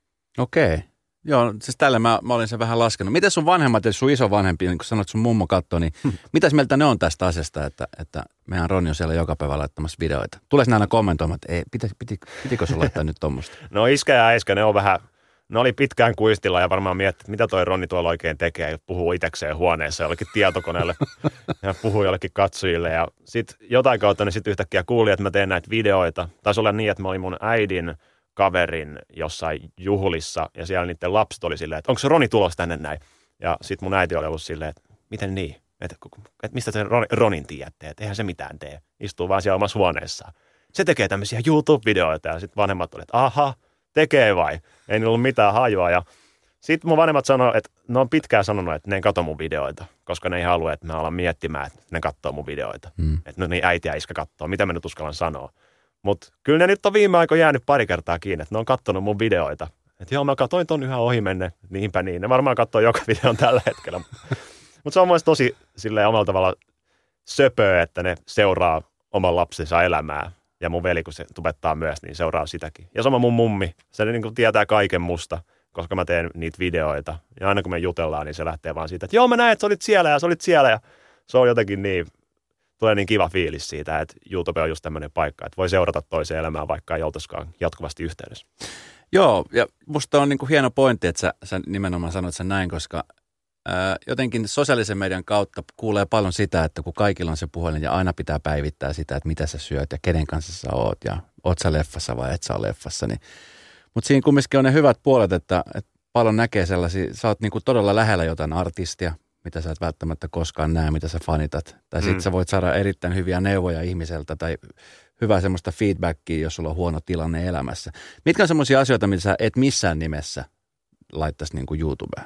Okei. Joo, siis tällä mä, mä olin sen vähän laskenut. Miten sun vanhemmat ja sun isovanhempi, niin kun sanoit sun mummo katsoo, niin hmm. mitäs mieltä ne on tästä asiasta, että, että meidän Ronni on siellä joka päivä laittamassa videoita? Tulee sinä aina kommentoimaan, että ei, piti, piti, pitikö sun laittaa nyt tommoista? No iskä ja äiskä, ne on vähän, ne oli pitkään kuistilla ja varmaan miettii, mitä toi Ronni tuolla oikein tekee, ja puhuu itsekseen huoneessa jollekin tietokoneelle ja puhuu jollekin katsojille. Ja sitten jotain kautta ne sitten yhtäkkiä kuuli, että mä teen näitä videoita. Taisi olla niin, että mä olin mun äidin kaverin jossain juhlissa ja siellä niiden lapset oli silleen, että onko se Roni tulossa tänne näin? Ja sitten mun äiti oli ollut silleen, että miten niin? Että et mistä te Ronin tiedätte? Että eihän se mitään tee. Istuu vaan siellä omassa huoneessaan. Se tekee tämmöisiä YouTube-videoita ja sitten vanhemmat oli, että aha, tekee vai? Ei niillä ollut mitään hajua. Ja sitten mun vanhemmat sanoi, että ne on pitkään sanonut, että ne ei katso mun videoita, koska ne ei halua, että mä alan miettimään, että ne katsoo mun videoita. Mm. Että no niin äiti ja iskä katsoo, mitä mä nyt uskallan sanoa. Mutta kyllä ne nyt on viime aikoina jäänyt pari kertaa kiinni, että ne on katsonut mun videoita. Että joo, mä katsoin ton yhä ohi menne, niinpä niin. Ne varmaan katsoo joka videon tällä hetkellä. Mutta se on mun tosi silleen omalla tavalla söpöä, että ne seuraa oman lapsensa elämää. Ja mun veli, kun se tubettaa myös, niin seuraa sitäkin. Ja sama mun mummi, se niin kuin tietää kaiken musta, koska mä teen niitä videoita. Ja aina kun me jutellaan, niin se lähtee vaan siitä, että joo mä näen, että sä olit siellä ja sä olit siellä. Ja se on jotenkin niin, tulee niin kiva fiilis siitä, että YouTube on just tämmöinen paikka, että voi seurata toiseen elämään, vaikka ei oltaisikaan jatkuvasti yhteydessä. Joo, ja musta on niin kuin hieno pointti, että sä, sä nimenomaan sanoit sen näin, koska ää, jotenkin sosiaalisen median kautta kuulee paljon sitä, että kun kaikilla on se puhelin ja aina pitää päivittää sitä, että mitä sä syöt ja kenen kanssa sä oot ja oot sä leffassa vai et sä ole leffassa. Niin. Mutta siinä kumminkin on ne hyvät puolet, että, että paljon näkee sellaisia, sä oot niin kuin todella lähellä jotain artistia, mitä sä et välttämättä koskaan näe, mitä sä fanitat. Tai mm. sit sä voit saada erittäin hyviä neuvoja ihmiseltä tai hyvää semmoista feedbackia, jos sulla on huono tilanne elämässä. Mitkä on semmoisia asioita, mitä sä et missään nimessä laittaisi niin kuin YouTubeen?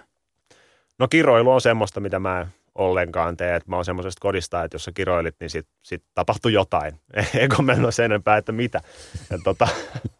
No kiroilu on semmoista, mitä mä en ollenkaan tee. Että mä oon semmoisesta kodista, että jos sä kiroilit, niin sit, sit tapahtui jotain. Ei kommentoida sen enempää, että mitä. Ja tota,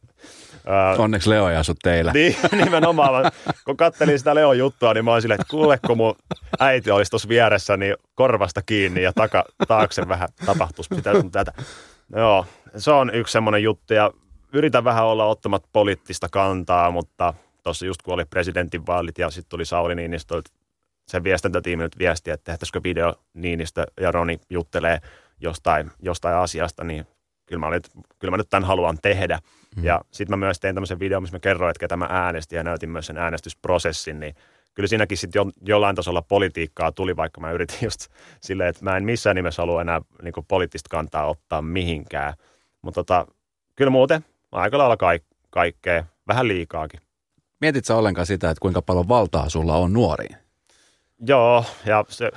onneksi Leo ei asu teillä. Niin, nimenomaan. Kun kattelin sitä Leon juttua, niin mä oon silleen, että kuule, kun mun äiti olisi tuossa vieressä, niin korvasta kiinni ja taka, taakse vähän tapahtuisi sitä tätä. Joo, se on yksi semmoinen juttu ja yritän vähän olla ottamat poliittista kantaa, mutta tuossa just kun oli presidentinvaalit ja sitten tuli Sauli Niinistö, sen viestintätiimi nyt viesti, että tehtäisikö video Niinistö ja Roni juttelee jostain, jostain asiasta, niin kyllä mä, olin, kyllä mä nyt tämän haluan tehdä. Mm. Ja sitten mä myös tein tämmöisen videon, missä mä kerroin, että ketä mä äänestin ja näytin myös sen äänestysprosessin, niin kyllä siinäkin sitten jo, jollain tasolla politiikkaa tuli, vaikka mä yritin just silleen, että mä en missään nimessä halua enää niin kuin poliittista kantaa ottaa mihinkään. Mutta tota, kyllä muuten aika lailla kaik- kaikkea, vähän liikaakin. Mietit sä ollenkaan sitä, että kuinka paljon valtaa sulla on nuoriin? Joo, ja se,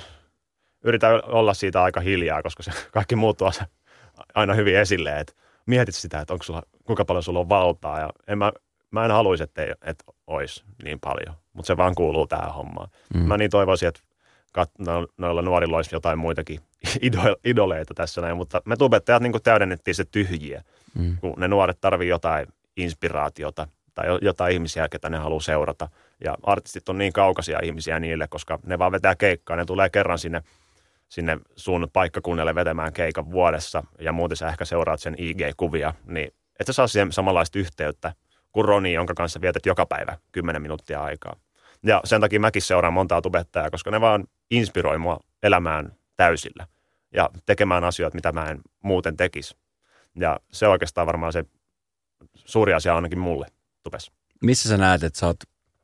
yritän olla siitä aika hiljaa, koska se kaikki muuttuu se aina hyvin esille, että mietit sitä, että onko sulla, kuinka paljon sulla on valtaa, ja en mä, mä en haluaisi, että, ei, että olisi niin paljon, mutta se vaan kuuluu tähän hommaan. Mm. Mä niin toivoisin, että kat, no, noilla nuorilla olisi jotain muitakin idoleita tässä näin, mutta me tubettajat niin kuin täydennettiin se tyhjiä, mm. kun ne nuoret tarvii jotain inspiraatiota tai jotain ihmisiä, ketä ne haluaa seurata. Ja artistit on niin kaukaisia ihmisiä niille, koska ne vaan vetää keikkaa, ne tulee kerran sinne sinne sun paikkakunnelle vetämään keikan vuodessa, ja muuten sä ehkä seuraat sen I G-kuvia, niin et sä saa siihen samanlaista yhteyttä kuin Roni, jonka kanssa vietät joka päivä kymmenen minuuttia aikaa. Ja sen takia mäkin seuraan montaa tubettajaa, koska ne vaan inspiroi mua elämään täysillä ja tekemään asioita, mitä mä en muuten tekisi. Ja se on oikeastaan varmaan se suuri asia ainakin mulle tubessa. Missä sä näet, että sä oot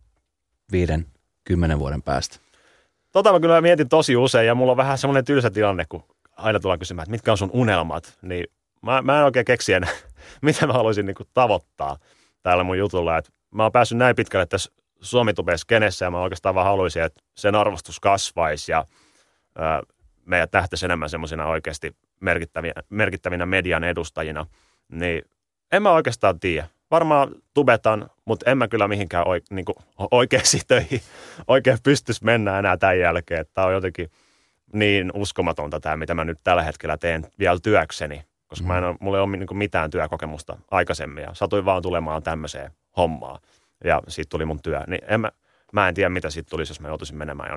viiden, kymmenen vuoden päästä? Tota mä kyllä mietin tosi usein, ja mulla on vähän semmoinen tylsä tilanne, kun aina tullaan kysymään, että mitkä on sun unelmat, niin mä, mä en oikein keksi enää, mitä mä haluaisin niin kuin tavoittaa täällä mun jutulla. Et mä oon päässyt näin pitkälle tässä Suomi-tube-skenessä, ja mä oikeastaan vaan haluaisin, että sen arvostus kasvaisi, ja ää, meidät nähtäisi enemmän semmoisina oikeasti merkittävinä, merkittävinä median edustajina. Niin en mä oikeastaan tiedä. Varmaan tubetan, mutta en mä kyllä mihinkään oike, niin kuin oikeisiin töihin oikein pystyisi mennä enää tämän jälkeen. Tämä on jotenkin niin uskomatonta tämä, mitä mä nyt tällä hetkellä teen vielä työkseni, koska mm. mä en ole, mulla ei ole niin kuin mitään työkokemusta aikaisemmin ja satuin vaan tulemaan tämmöiseen hommaan ja siitä tuli mun työ. Niin en mä, mä en tiedä, mitä siitä tulisi, jos mä joutuisin menemään jonnekin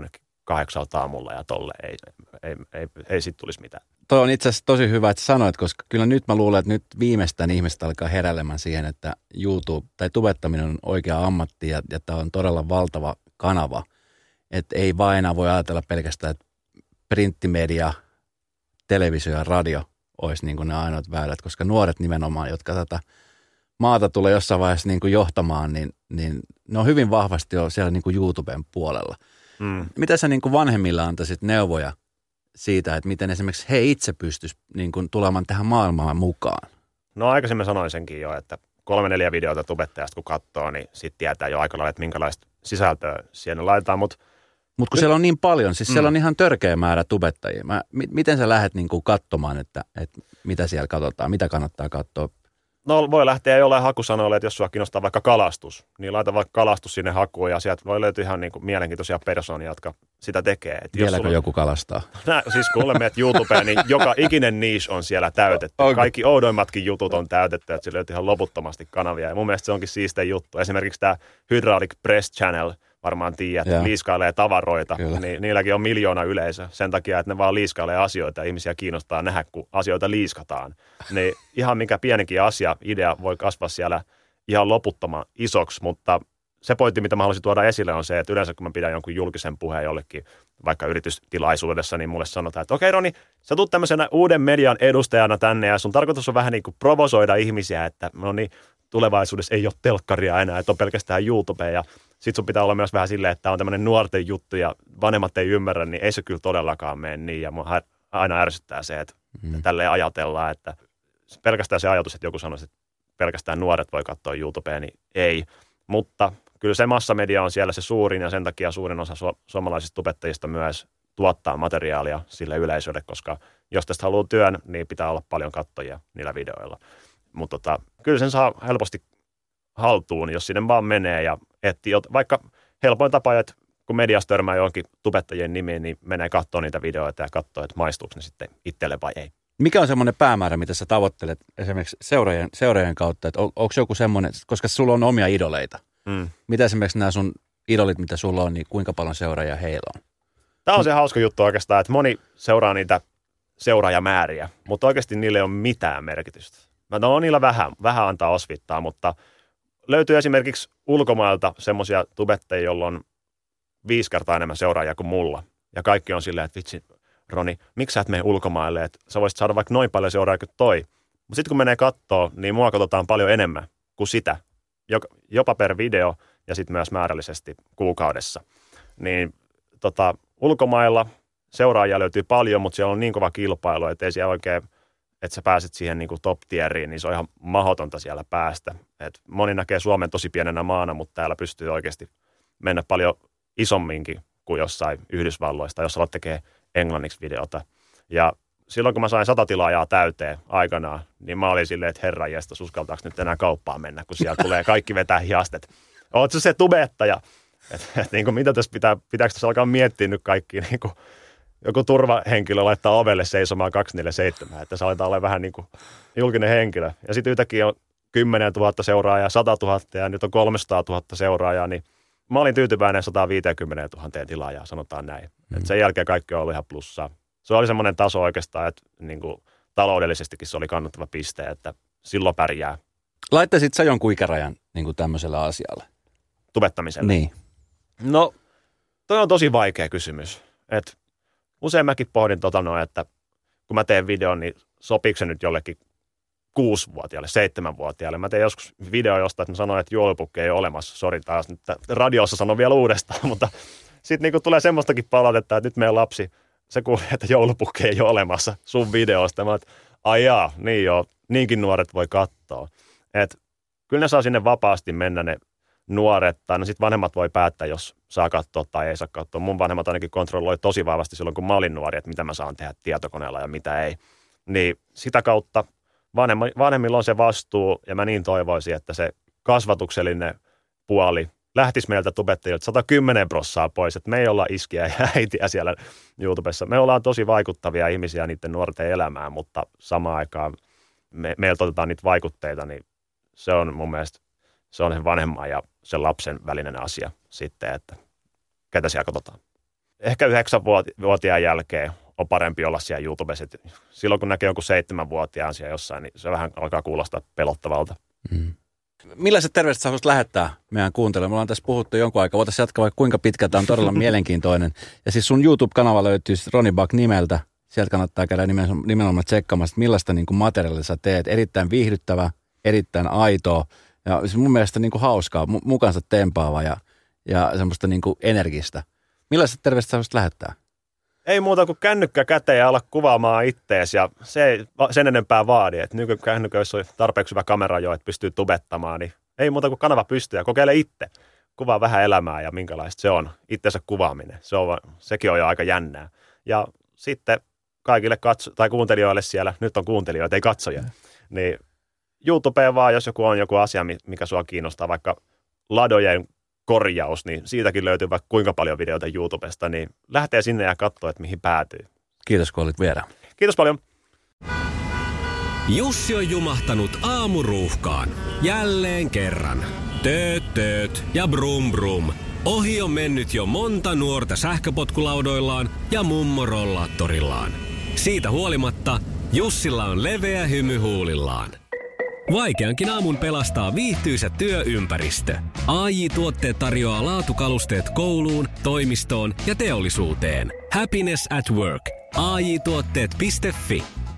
kahdeksalta aamulla ja tolle ei, ei, ei, ei, ei sit tulisi mitään. Toi on itse asiassa tosi hyvä, että sanoit, koska kyllä nyt mä luulen, että nyt viimeistään ihmiset alkaa heräilemään siihen, että YouTube tai tubettaminen on oikea ammatti ja, ja tämä on todella valtava kanava. Että ei vaan enää voi ajatella pelkästään, että printtimedia, televisio ja radio olisi niin kuin ne ainoat väylät, koska nuoret nimenomaan, jotka tätä maata tulee jossain vaiheessa niin kuin johtamaan, niin, niin ne on hyvin vahvasti jo siellä niin kuin YouTuben puolella. Mm. Mitä sä niin kuin vanhemmilla antaisit neuvoja siitä, että miten esimerkiksi he itse pystyisivät niin kuin tulemaan tähän maailmaan mukaan? No aikaisemmin sanoin senkin jo, että kolme neljä videota tubettajasta kun katsoo, niin sitten tietää jo aika lailla, että minkälaista sisältöä siihen laitetaan. Mutta Mut kun nyt siellä on niin paljon, siis mm. siellä on ihan törkeä määrä tubettajia. Mä, m- miten sä lähdet niin kuin katsomaan, että, että mitä siellä katsotaan, mitä kannattaa katsoa? No voi lähteä jollain hakusanoille, että jos sua kiinnostaa vaikka kalastus, niin laita vaikka kalastus sinne hakuun ja sieltä voi löytyä ihan niin kuin mielenkiintoisia persoonia, jotka sitä tekee. Et Vieläkö sulla... joku kalastaa? Nää, siis kun menet YouTubeen, niin joka ikinen niche on siellä täytetty. Okay. Kaikki oudoimmatkin jutut on täytetty, että sillä löytyy ihan loputtomasti kanavia. Ja mun mielestä se onkin siistein juttu. Esimerkiksi tämä Hydraulic Press Channel, varmaan tiedät, yeah. liiskailee tavaroita, niin niilläkin on miljoona yleisö sen takia, että ne vaan liiskailee asioita ja ihmisiä kiinnostaa nähdä, kun asioita liiskataan. Niin ihan mikä pienikin asia, idea voi kasvaa siellä ihan loputtoman isoksi, mutta se pointti, mitä mä haluaisin tuoda esille on se, että yleensä kun mä pidän jonkun julkisen puheen jollekin vaikka yritystilaisuudessa, niin mulle sanotaan, että okei Roni, sä tulet tämmöisenä uuden median edustajana tänne ja sun tarkoitus on vähän niin kuin provosoida ihmisiä, että no niin, tulevaisuudessa ei ole telkkaria enää, että on pelkästään YouTube ja sitten sun pitää olla myös vähän silleen, että tämä on tämmöinen nuorten juttu ja vanhemmat ei ymmärrä, niin ei se kyllä todellakaan mene niin. Ja mua aina ärsyttää se, että mm. tälleen ajatellaan, että pelkästään se ajatus, että joku sanoisi, että pelkästään nuoret voi katsoa YouTubea, niin ei. Mutta kyllä se massamedia on siellä se suurin ja sen takia suurin osa su- suomalaisista tubettajista myös tuottaa materiaalia sille yleisölle, koska jos tästä haluaa työn, niin pitää olla paljon katsojia niillä videoilla. Mutta tota, kyllä sen saa helposti haltuun, jos sinne vaan menee ja etsii, vaikka helpoin tapa, että kun mediassa törmää johonkin tubettajien nimiin, niin menee katsoa niitä videoita ja katsoo, että maistuuko ne sitten itselle vai ei. Mikä on semmoinen päämäärä, mitä sä tavoittelet esimerkiksi seuraajien, seuraajien kautta, että on, onko joku semmoinen, koska sulla on omia idoleita. Mm. Mitä esimerkiksi nämä sun idolit, mitä sulla on, niin kuinka paljon seuraajia heillä on? Tämä on se hauska juttu oikeastaan, että moni seuraa niitä seuraajamääriä, mutta oikeasti niille ei ole mitään merkitystä. No on niillä vähän, vähän antaa osvittaa, mutta löytyy esimerkiksi ulkomailta semmoisia tubettajia, joilla on viisi kertaa enemmän seuraajia kuin mulla. Ja kaikki on silleen, että vitsi, Roni, miksi sä et mene ulkomaille, että sä voisit saada vaikka noin paljon seuraajia kuin toi. Mutta sitten kun menee kattoo, niin mua katsotaan paljon enemmän kuin sitä, jopa per video ja sitten myös määrällisesti kuukaudessa. Niin tota, ulkomailla seuraajia löytyy paljon, mutta siellä on niin kova kilpailu, että ei siellä oikein, että sä pääset siihen niin kuin top-tieriin, niin se on ihan mahdotonta siellä päästä. Et moni näkee Suomen tosi pienenä maana, mutta täällä pystyy oikeasti mennä paljon isomminkin kuin jossain Yhdysvalloista, jos alat tekee englanniksi videota. Ja silloin kun mä sain sata tilaajaa täyteen aikanaan, niin mä olin silleen, että herran jestas, uskaltaako nyt enää kauppaan mennä, kun siellä tulee kaikki vetää hiastet. Ootko se tubettaja? Että et, niin mitä tässä pitää, pitääkö tässä alkaa miettiä nyt kaikki, niin kuin joku turvahenkilö laittaa ovelle seisomaan kaksikymmentäneljä seitsemän, että se aletaan olla vähän niin kuin julkinen henkilö. Ja sitten yhtäkkiä on kymmenen tuhatta seuraajaa, sata tuhatta ja nyt on kolmesataa tuhatta seuraajaa, niin mä olin tyytyväinen sata viisikymmentätuhatta tilaajaa, sanotaan näin. Mm. Et sen jälkeen kaikki on ollut ihan plussaa. Se oli semmoinen taso oikeastaan, että niin kuin taloudellisestikin se oli kannattava piste, että silloin pärjää. Laittaisit sä jonkun ikärajan niin kuin tämmöiselle asialle? Tubettamiselle? Niin. No, toi on tosi vaikea kysymys. Et usein mäkin pohdin tota noin, että kun mä teen videon, niin sopiiko se nyt jollekin kuusivuotiaalle, seitsemänvuotiaalle. Mä tein joskus video jostain, että mä sanoin, että joulupukki ei ole olemassa. Sori taas, nyt radiossa sanon vielä uudestaan, mutta sitten niinku tulee semmoistakin palautetta, että nyt meidän lapsi, se kuulee, että joulupukki ei ole olemassa sun videosta. Mä oon, että ai jaa, niin joo, niinkin nuoret voi katsoa. Että kyllä ne saa sinne vapaasti mennä ne nuoret, tai no sitten vanhemmat voi päättää, jos saa katsoa tai ei saa katsoa. Mun vanhemmat ainakin kontrolloi tosi vahvasti silloin, kun mä olin nuori, että mitä mä saan tehdä tietokoneella ja mitä ei. Niin sitä kautta vanhemmilla on se vastuu, ja mä niin toivoisin, että se kasvatuksellinen puoli lähtisi meiltä tubettajilta sata kymmenen prosenttia pois, että me ei olla iskiä ja äitiä siellä YouTubessa. Me ollaan tosi vaikuttavia ihmisiä niiden nuorten elämään, mutta samaan aikaan me, meiltä otetaan niitä vaikutteita, niin se on mun mielestä, se on sen vanhemman ja sen lapsen välinen asia sitten, että ketä siellä katsotaan. ehkä yhdeksänvuotiaan jälkeen on parempi olla siellä YouTubessa. Silloin kun näkee jonkun seitsemänvuotiaan siellä jossain, niin se vähän alkaa kuulostaa pelottavalta. Mm. Millaiset terveiset sä haluaisit lähettää meidän kuuntelemaan? Me ollaan tässä puhuttu jonkun aikaa. Voitaisiin jatkaa vaikka kuinka pitkä. Tämä on todella mielenkiintoinen. Ja siis sun YouTube-kanava löytyy Ronny Buck nimeltä. Sieltä kannattaa käydä nimenomaan tsekkaamaan, että millaista niin kuin materiaalia sä teet. Erittäin viihdyttävä, erittäin aitoa ja siis mun mielestä niin kuin hauskaa, mukansa tempaava ja, ja semmoista niin kuin energistä. Millaiset terveiset sä haluaisit lähettää? Ei muuta kuin kännykkä käteen ja ala kuvaamaan ittees ja se ei sen enempää vaadi. Että nykykännyköissä on tarpeeksi hyvä kamera jo, että pystyy tubettamaan, niin ei muuta kuin kanava pystyy ja kokeile itse. Kuvaa vähän elämää ja minkälaista se on, itsensä kuvaaminen. Se on, sekin on jo aika jännää. Ja sitten kaikille katso- tai kuuntelijoille siellä, nyt on kuuntelijoita, ei katsoja, niin YouTubeen vaan, jos joku on joku asia, mikä sua kiinnostaa, vaikka ladojen korjaus, niin siitäkin löytyy vaikka kuinka paljon videoita YouTubesta, niin lähtee sinne ja katsoo, että mihin päätyy. Kiitos, kun olit vieraan. Kiitos paljon. Jussi on jumahtanut aamuruuhkaan. Jälleen kerran. Tööt, tööt ja brum brum. Ohi on mennyt jo monta nuorta sähköpotkulaudoillaan ja mummorollaattorillaan. Siitä huolimatta Jussilla on leveä hymy huulillaan. Vaikeankin aamun pelastaa viihtyisä työympäristö. A J-tuotteet tarjoaa laatukalusteet kouluun, toimistoon ja teollisuuteen. Happiness at work. A J tuotteet piste fi